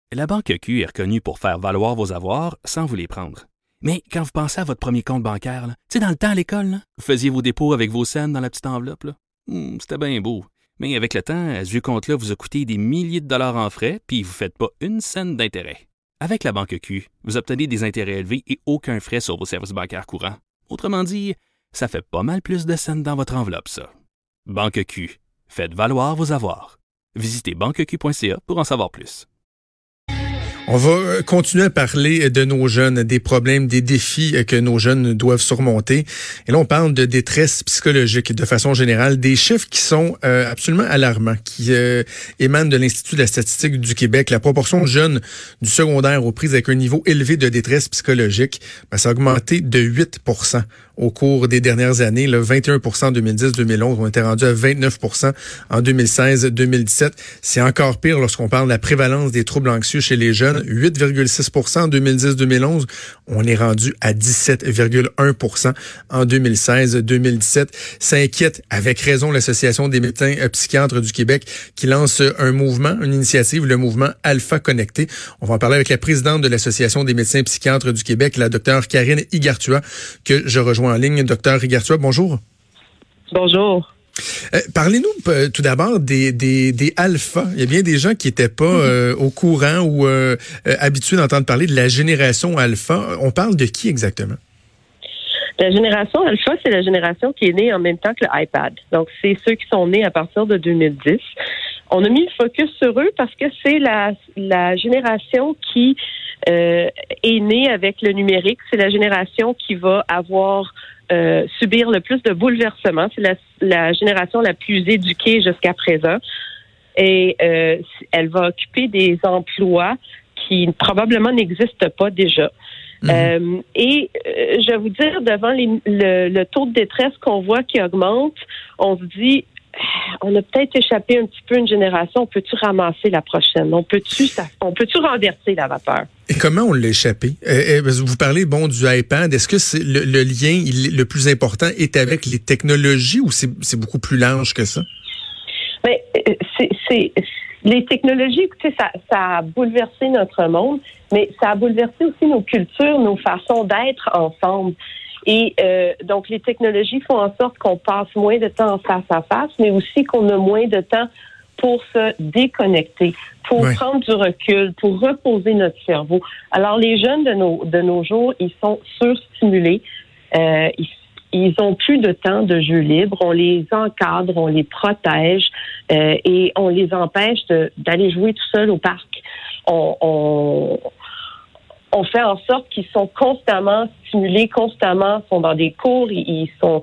La Banque Q est reconnue pour faire valoir vos avoirs sans vous les prendre. Mais quand vous pensez à votre premier compte bancaire, tu sais, dans le temps à l'école, là, vous faisiez vos dépôts avec vos scènes dans la petite enveloppe. Là. C'était bien beau. Mais avec le temps, ce vieux compte-là vous a coûté des milliers de dollars en frais, puis vous ne faites pas une scène d'intérêt. Avec la Banque Q, vous obtenez des intérêts élevés et aucun frais sur vos services bancaires courants. Autrement dit, ça fait pas mal plus de scènes dans votre enveloppe, ça. Banque Q. Faites valoir vos avoirs. Visitez banqueq.ca pour en savoir plus. On va continuer à parler de nos jeunes, des problèmes, des défis que nos jeunes doivent surmonter. Et là, on parle de détresse psychologique de façon générale, des chiffres qui sont absolument alarmants, qui émanent de l'Institut de la statistique du Québec. La proportion de jeunes du secondaire aux prises avec un niveau élevé de détresse psychologique, ça a augmenté de 8% au cours des dernières années. Là, 21% en 2010-2011, on était rendu à 29% en 2016-2017. C'est encore pire lorsqu'on parle de la prévalence des troubles anxieux chez les jeunes. 8,6% en 2010-2011. On est rendu à 17,1% en 2016-2017. Ça inquiète avec raison l'Association des médecins psychiatres du Québec qui lance un mouvement, une initiative, le mouvement Alpha Connecté. On va en parler avec la présidente de l'Association des médecins psychiatres du Québec, la docteure Karine Igartua, que je rejoins en ligne. Docteur Igartua, bonjour. Bonjour. Parlez-nous tout d'abord des alphas. Il y a bien des gens qui n'étaient pas au courant ou habitués d'entendre parler de la génération alpha. On parle de qui exactement? La génération alpha, c'est la génération qui est née en même temps que l'iPad. Donc, c'est ceux qui sont nés à partir de 2010. On a mis le focus sur eux parce que c'est la génération qui est née avec le numérique. C'est la génération qui va avoir subir le plus de bouleversements. C'est la génération la plus éduquée jusqu'à présent. Et elle va occuper des emplois qui probablement n'existent pas déjà. Je vais vous dire, devant le taux de détresse qu'on voit qui augmente, on se dit, on a peut-être échappé un petit peu une génération. On peut-tu ramasser la prochaine? On peut-tu renverser la vapeur? Et comment on l'a échappé? Vous parlez, du iPad. Est-ce que c'est le lien le plus important est avec les technologies ou c'est beaucoup plus large que ça? Mais c'est les technologies, écoutez, ça a bouleversé notre monde, mais ça a bouleversé aussi nos cultures, nos façons d'être ensemble. Et donc, les technologies font en sorte qu'on passe moins de temps en face à face, mais aussi qu'on a moins de temps pour se déconnecter, pour prendre du recul, pour reposer notre cerveau. Alors, les jeunes de nos jours, ils sont surstimulés. Ils ont plus de temps de jeu libre. On les encadre, on les protège et on les empêche d'aller jouer tout seul au parc. On fait en sorte qu'ils sont constamment stimulés, constamment sont dans des cours, ils sont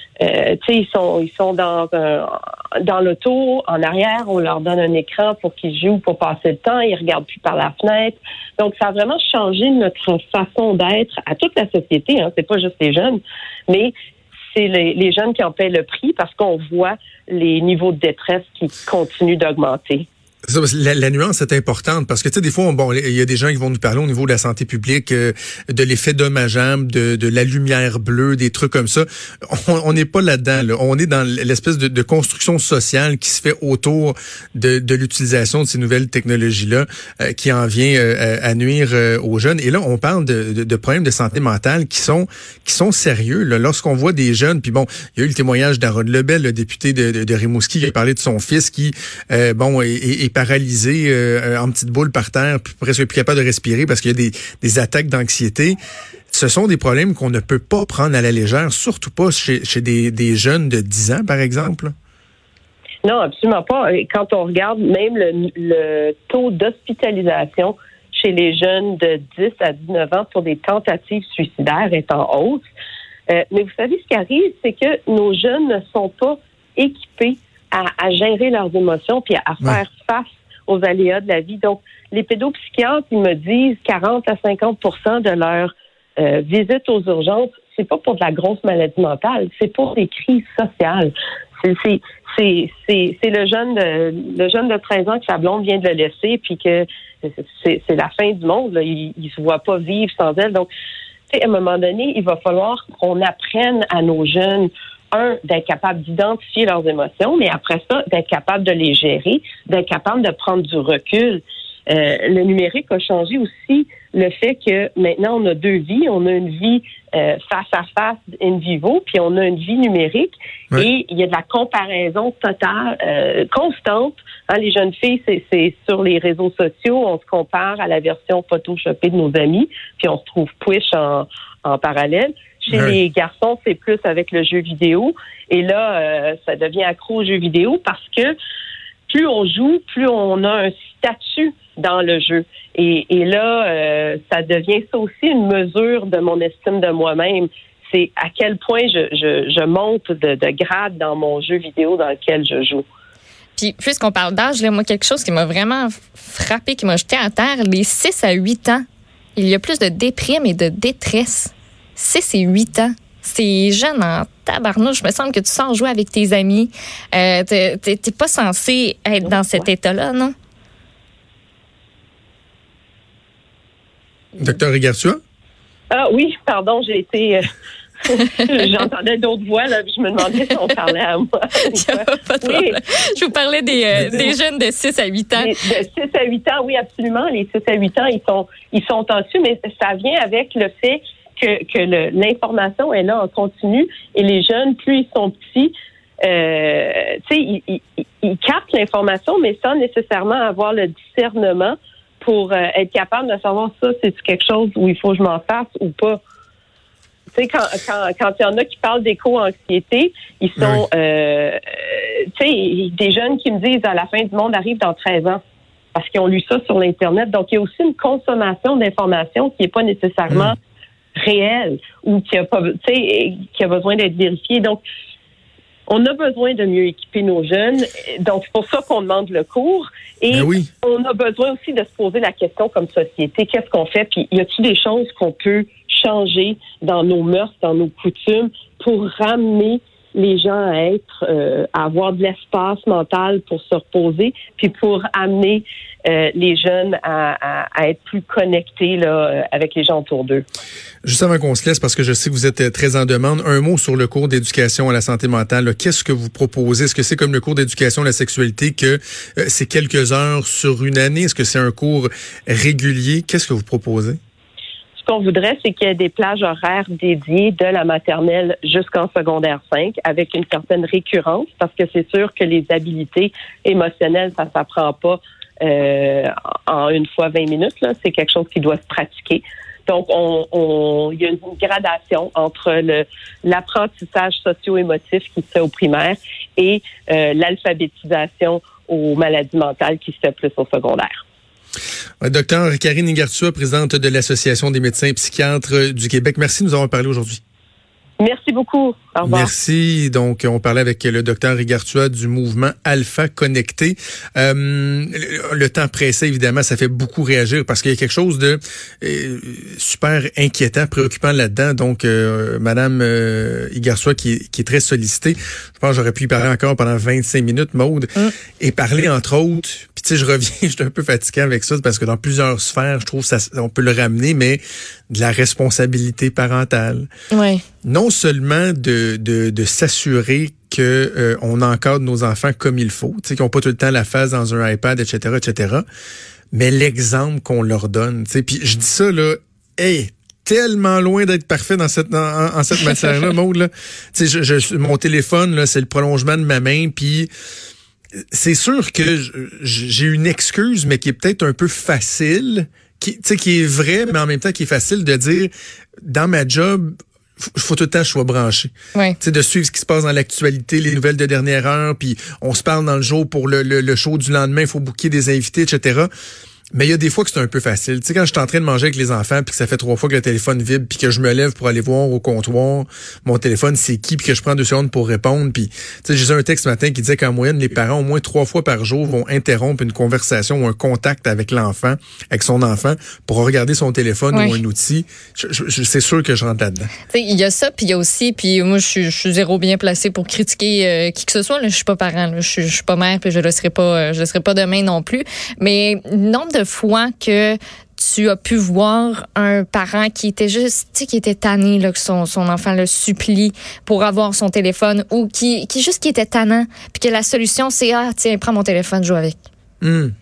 dans l'auto, en arrière, on leur donne un écran pour qu'ils jouent, pour passer le temps, ils regardent plus par la fenêtre. Donc, ça a vraiment changé notre façon d'être à toute la société, hein. C'est pas juste les jeunes, mais c'est les jeunes qui en paient le prix parce qu'on voit les niveaux de détresse qui continuent d'augmenter. La nuance est importante parce que tu sais des fois il y a des gens qui vont nous parler au niveau de la santé publique de l'effet dommageable de la lumière bleue, des trucs comme ça. On n'est pas là-dedans. Là. On est dans l'espèce de construction sociale qui se fait autour de l'utilisation de ces nouvelles technologies-là qui en vient à nuire aux jeunes. Et là, on parle de problèmes de santé mentale qui sont sérieux. Là. Lorsqu'on voit des jeunes, puis il y a eu le témoignage d'Aaron Lebel, le député de Rimouski, qui a parlé de son fils qui est paralysé en petite boule par terre, puis presque plus capable de respirer parce qu'il y a des attaques d'anxiété. Ce sont des problèmes qu'on ne peut pas prendre à la légère, surtout pas chez des jeunes de 10 ans, par exemple. Non, absolument pas. Quand on regarde même le taux d'hospitalisation chez les jeunes de 10 à 19 ans pour des tentatives suicidaires est en hausse. Mais vous savez, ce qui arrive, c'est que nos jeunes ne sont pas équipés à gérer leurs émotions puis à faire face aux aléas de la vie. Donc, les pédopsychiatres, ils me disent 40 à 50% de leur visite aux urgences, c'est pas pour de la grosse maladie mentale, c'est pour des crises sociales. C'est le jeune de 13 ans que sa blonde vient de le laisser puis que c'est la fin du monde. Là. Il se voit pas vivre sans elle. Donc, à un moment donné, il va falloir qu'on apprenne à nos jeunes d'être capable d'identifier leurs émotions, mais après ça, d'être capable de les gérer, d'être capable de prendre du recul. Le numérique a changé aussi le fait que maintenant on a deux vies. On a une vie face à face, in vivo, puis on a une vie numérique. Ouais. Et il y a de la comparaison totale, constante. Hein, les jeunes filles, c'est sur les réseaux sociaux, on se compare à la version photoshopée de nos amis, puis on se trouve push en parallèle. Chez les garçons, c'est plus avec le jeu vidéo. Et là, ça devient accro au jeu vidéo parce que plus on joue, plus on a un statut dans le jeu. Et là, ça devient ça aussi une mesure de mon estime de moi-même. C'est à quel point je monte de grade dans mon jeu vidéo dans lequel je joue. Puis, puisqu'on parle d'âge, là, moi, quelque chose qui m'a vraiment frappé, qui m'a jeté à terre, les 6 à 8 ans, il y a plus de déprime et de détresse. 6 et 8 ans. C'est jeune en tabarnouche. Il me semble que tu sors jouer avec tes amis. T'es pas censé être dans cet état-là, non? Docteur Igartua? Ah oui, pardon, j'ai été... J'entendais d'autres voix, là, puis je me demandais si on parlait à moi. Pas de problème. Je vous parlais des jeunes de 6 à 8 ans. De 6 à 8 ans, oui, absolument. Les 6 à 8 ans, ils sont en dessus, mais ça vient avec le fait que l'information est là en continu et les jeunes, plus ils sont petits, ils captent l'information, mais sans nécessairement avoir le discernement pour être capable de savoir ça, c'est quelque chose où il faut que je m'en fasse ou pas. Tu sais, quand il y en a qui parlent d'éco-anxiété, ils sont, des jeunes qui me disent à la fin du monde arrive dans 13 ans parce qu'ils ont lu ça sur l'Internet. Donc, il y a aussi une consommation d'informations qui n'est pas nécessairement réelle ou qui a besoin d'être vérifiée. Donc, on a besoin de mieux équiper nos jeunes. Donc, c'est pour ça qu'on demande le cours. Et on a besoin aussi de se poser la question comme société, qu'est-ce qu'on fait? Puis, y a-t-il des choses qu'on peut changer dans nos mœurs, dans nos coutumes pour ramener les gens à avoir de l'espace mental pour se reposer, puis pour amener les jeunes à être plus connectés là, avec les gens autour d'eux. Juste avant qu'on se laisse, parce que je sais que vous êtes très en demande, un mot sur le cours d'éducation à la santé mentale. Là. Qu'est-ce que vous proposez? Est-ce que c'est comme le cours d'éducation à la sexualité, que c'est quelques heures sur une année? Est-ce que c'est un cours régulier? Qu'est-ce que vous proposez? Ce qu'on voudrait, c'est qu'il y ait des plages horaires dédiées de la maternelle jusqu'en secondaire 5 avec une certaine récurrence parce que c'est sûr que les habiletés émotionnelles, ça s'apprend pas en une fois 20 minutes. Là. C'est quelque chose qui doit se pratiquer. Donc, il y a une gradation entre l'apprentissage socio-émotif qui se fait au primaire et l'alphabétisation aux maladies mentales qui se fait plus au secondaire. Docteur Karine Igartua, présidente de l'Association des médecins et psychiatres du Québec. Merci de nous avoir parlé aujourd'hui. Merci beaucoup. Au revoir. Merci. Donc, on parlait avec le docteur Igartua du mouvement Alpha Connecté. Le temps pressé, évidemment, ça fait beaucoup réagir parce qu'il y a quelque chose de super inquiétant, préoccupant là-dedans. Donc, Madame Igartua qui est très sollicitée. Je pense que j'aurais pu y parler encore pendant 25 minutes, Maude, et parler entre autres. Puis, tu sais, je reviens, je suis un peu fatigué avec ça parce que dans plusieurs sphères, je trouve ça, on peut le ramener, mais de la responsabilité parentale. Oui. Non seulement de s'assurer que on encadre nos enfants comme il faut, tu sais, qu'ils n'ont pas tout le temps la face dans un iPad, etc., mais l'exemple qu'on leur donne, tu sais, puis je dis ça là, tellement loin d'être parfait dans cette matière-là, Maud, là. Tu sais, mon téléphone là, c'est le prolongement de ma main, puis c'est sûr que j'ai une excuse, mais qui est peut-être un peu facile, qui est vrai, mais en même temps qui est facile de dire dans ma job. Faut tout le temps que je sois branché. Oui. Tu sais, de suivre ce qui se passe dans l'actualité, les nouvelles de dernière heure, puis on se parle dans le jour pour le show du lendemain, il faut booker des invités, etc. Mais il y a des fois que c'est un peu facile. Tu sais, quand je suis en train de manger avec les enfants, puis que ça fait 3 fois que le téléphone vibre, puis que je me lève pour aller voir au comptoir mon téléphone, c'est qui, puis que je prends 2 secondes pour répondre. Puis, tu sais, j'ai eu un texte ce matin qui disait qu'en moyenne, les parents, au moins 3 fois par jour, vont interrompre une conversation ou un contact avec son enfant, pour regarder son téléphone ou un outil. C'est sûr que je rentre là-dedans. Tu sais, il y a ça, puis il y a aussi, puis moi, je suis zéro bien placé pour critiquer qui que ce soit. Là, je suis pas parent, là, je suis pas mère, puis je le serai pas demain non plus. Mais nombre de fois que tu as pu voir un parent qui était juste, tu sais, qui était tanné là, que son enfant le supplie pour avoir son téléphone ou qui était tannant, puis que la solution c'est tiens, prends mon téléphone, joue avec.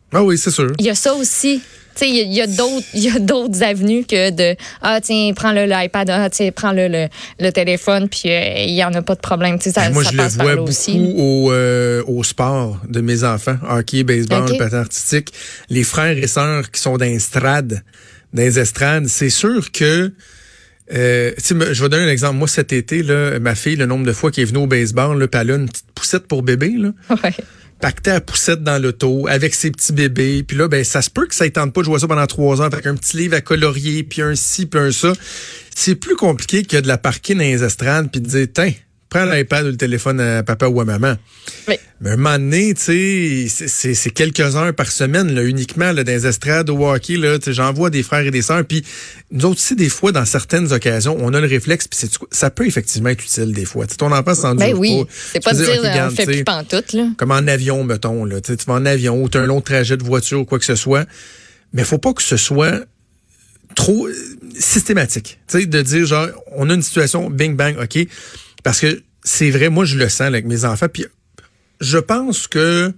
Ah oui, c'est sûr. Il y a ça aussi. Tu sais, il y a d'autres avenues que de tiens, prends l'iPad, tiens, prends le téléphone, puis il y en a pas de problème. Tu sais, ça, moi, ça je passe le vois par là beaucoup aussi. au sport de mes enfants, hockey, baseball, patin artistique. Les frères et sœurs qui sont dans les estrades, c'est sûr que je vais donner un exemple. Moi, cet été, là, ma fille, le nombre de fois qu'elle est venue au baseball, là, puis elle a une petite poussette pour bébé, là. Ouais. Pacté à poussette dans l'auto avec ses petits bébés. Puis là, ben ça se peut que ça ne tente pas de jouer ça pendant 3 heures avec un petit livre à colorier, puis un ci, puis un ça. C'est plus compliqué que de la parquer dans les estrades puis de dire, tiens, prends l'iPad ou le téléphone à papa ou à maman. Oui. Mais un moment donné, tu sais, c'est quelques heures par semaine, là, uniquement, là, dans les estrades au hockey, là, j'en vois des frères et des sœurs, puis nous autres aussi, des fois, dans certaines occasions, on a le réflexe, puis ça peut effectivement être utile, des fois. T'sais, ton enfant s'en dure oui. pas. C'est pas de dire, on fait plus pantoute, là. Comme en avion, mettons, là. Tu vas en avion, ou t'as un long trajet de voiture, ou quoi que ce soit. Mais faut pas que ce soit trop systématique. Tu sais, de dire, genre, on a une situation, bing, bang, OK. Parce que c'est vrai, moi, je le sens là, avec mes enfants, puis je pense que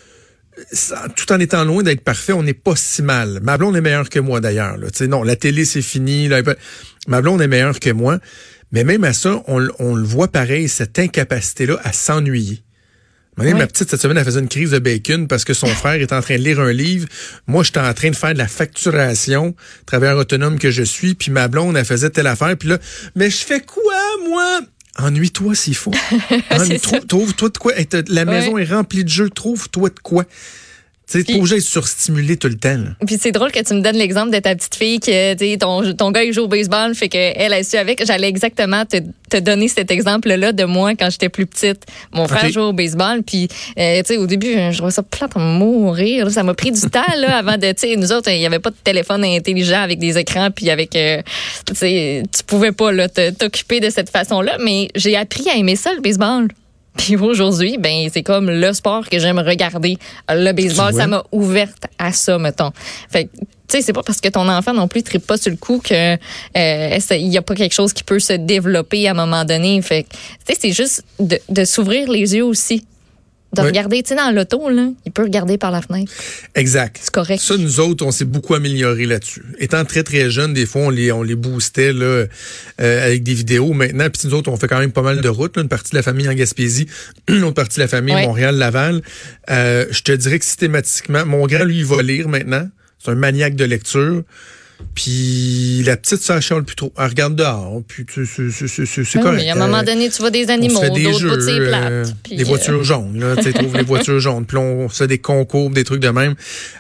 tout en étant loin d'être parfait, on n'est pas si mal. Ma blonde est meilleure que moi, d'ailleurs. Là. Non, la télé, c'est fini. Là, ma blonde est meilleure que moi. Mais même à ça, on le voit pareil, cette incapacité-là à s'ennuyer. Ma petite, cette semaine, elle faisait une crise de bacon parce que son frère est en train de lire un livre. Moi, j'étais en train de faire de la facturation, travailleur autonome que je suis, puis ma blonde, elle faisait telle affaire. Puis là, mais je fais quoi, moi? Ennuie-toi s'il faut. Trouve-toi de quoi. La maison est remplie de jeux. Trouve-toi de quoi. Tu sais, t'es pas obligé d'être surstimulé tout le temps. Là. Puis c'est drôle que tu me donnes l'exemple de ta petite fille que ton gars il joue au baseball, fait qu'elle a su avec. J'allais exactement te donner cet exemple-là de moi quand j'étais plus petite. Mon frère jouait au baseball, puis tu sais au début je trouvais ça plate à mourir. Ça m'a pris du temps là avant de, tu sais, nous autres il y avait pas de téléphone intelligent avec des écrans, puis avec, tu sais, tu pouvais pas là t'occuper de cette façon-là. Mais j'ai appris à aimer ça le baseball. Puis aujourd'hui, ben c'est comme le sport que j'aime regarder. Le baseball, ça m'a ouverte à ça, mettons. Fait que, tu sais, c'est pas parce que ton enfant non plus trippe pas sur le coup que il y a pas quelque chose qui peut se développer à un moment donné. Fait que, tu sais, c'est juste de s'ouvrir les yeux aussi. De regarder, tu sais, dans l'auto, là, il peut regarder par la fenêtre. Exact. C'est correct. Ça, nous autres, on s'est beaucoup amélioré là-dessus. Étant très, très jeunes, des fois, on les boostait là, avec des vidéos. Maintenant, puis nous autres, on fait quand même pas mal de routes. Là, une partie de la famille en Gaspésie, une autre partie de la famille Montréal-Laval. Je te dirais que systématiquement, mon grand, lui, il va lire maintenant. C'est un maniaque de lecture. Puis la petite, ça chiale plus trop. Elle regarde dehors, puis c'est correct. Oui, à un moment donné, tu vois des animaux, d'autres pas de ses plates. Des voitures jaunes, là, tu trouves les voitures jaunes. Puis on fait des concours, des trucs de même.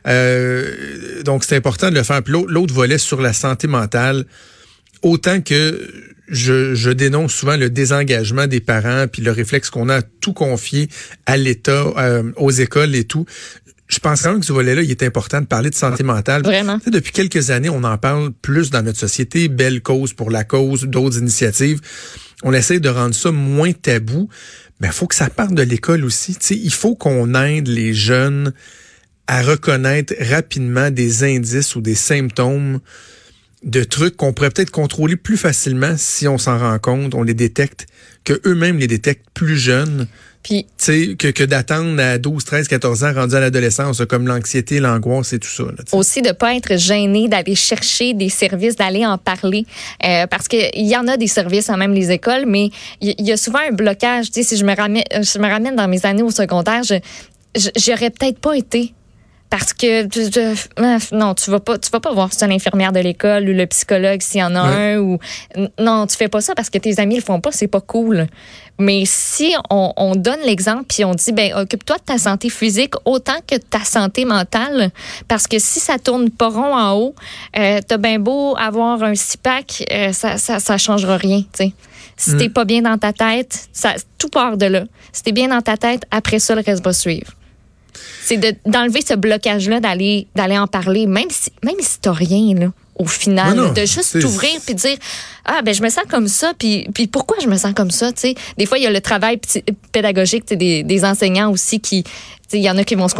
Donc, c'est important de le faire. Puis l'autre volet sur la santé mentale, autant que je dénonce souvent le désengagement des parents, puis le réflexe qu'on a à tout confier à l'État, aux écoles et tout. Je pense quand même que ce volet-là, il est important de parler de santé mentale. Vraiment. Tu sais, depuis quelques années, on en parle plus dans notre société. Belle cause pour la cause, d'autres initiatives. On essaie de rendre ça moins tabou. Mais il faut que ça parte de l'école aussi. Tu sais, il faut qu'on aide les jeunes à reconnaître rapidement des indices ou des symptômes de trucs qu'on pourrait peut-être contrôler plus facilement si on s'en rend compte, on les détecte, que eux-mêmes les détectent plus jeunes. Puis, tu sais, que d'attendre à 12, 13, 14 ans rendu à l'adolescence, comme l'anxiété, l'angoisse et tout ça. Là, aussi de pas être gêné d'aller chercher des services, d'aller en parler. Parce que il y en a des services à même les écoles, mais il y a souvent un blocage. Tu sais, si je me ramène dans mes années au secondaire, j'aurais peut-être pas été. Parce que non, tu vas pas voir si c'est l'infirmière de l'école ou le psychologue s'il y en a un ou non, tu fais pas ça parce que tes amis le font pas, c'est pas cool. Mais si on donne l'exemple puis on dit ben occupe-toi de ta santé physique autant que de ta santé mentale parce que si ça tourne pas rond en haut, t'as bien beau avoir un six-pack, ça changera rien, tu sais. Si t'es pas bien dans ta tête, tout part de là. Si t'es bien dans ta tête, après ça le reste va suivre. C'est d'enlever ce blocage-là, d'aller en parler, même si t'as rien, là, au final. Non, de juste t'ouvrir puis dire je me sens comme ça, puis pourquoi je me sens comme ça, tu sais. Des fois, il y a le travail pédagogique des enseignants aussi qui, tu sais, il y en a qui vont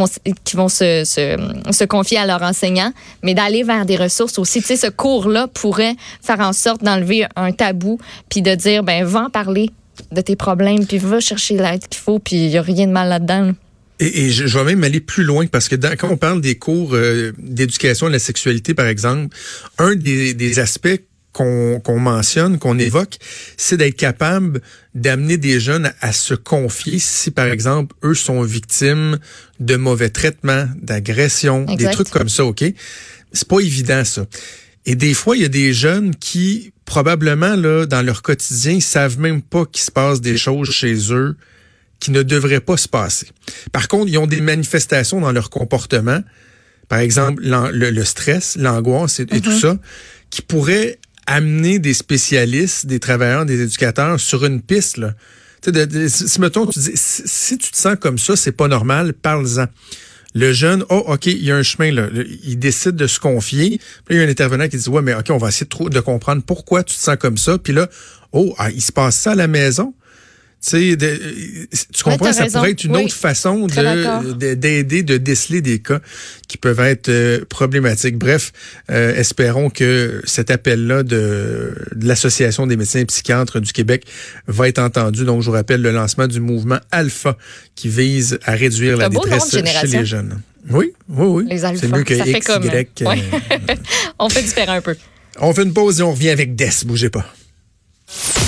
se confier à leurs enseignants, mais d'aller vers des ressources aussi. Tu sais, ce cours-là pourrait faire en sorte d'enlever un tabou puis de dire, va en parler de tes problèmes puis va chercher l'aide qu'il faut puis il n'y a rien de mal là-dedans, là. Et je vais même aller plus loin parce que quand on parle des cours d'éducation à la sexualité, par exemple, un des aspects qu'on mentionne, qu'on évoque, c'est d'être capable d'amener des jeunes à se confier si, par exemple, eux sont victimes de mauvais traitements, d'agressions, des trucs comme ça, OK? C'est pas évident, ça. Et des fois, il y a des jeunes qui, probablement, là, dans leur quotidien, ils savent même pas qu'il se passe des choses chez eux qui ne devraient pas se passer. Par contre, ils ont des manifestations dans leur comportement, par exemple, le stress, l'angoisse et tout ça, qui pourraient amener des spécialistes, des travailleurs, des éducateurs sur une piste, là. Si, mettons, tu dis, si tu te sens comme ça, c'est pas normal, parle-en. Le jeune, OK, il y a un chemin, là. Il décide de se confier. Puis il y a un intervenant qui dit, ouais, mais OK, on va essayer de comprendre pourquoi tu te sens comme ça. Puis là, il se passe ça à la maison. Tu comprends, ça pourrait être une autre façon d'aider, de déceler des cas qui peuvent être problématiques. Bref, espérons que cet appel-là de l'Association des médecins et psychiatres du Québec va être entendu. Donc, je vous rappelle le lancement du mouvement Alpha qui vise à réduire la détresse chez les jeunes. Oui. Les alphas, c'est mieux que ça X, fait comme, Y. On fait différent un peu. On fait une pause et on revient avec Des. Bougez pas.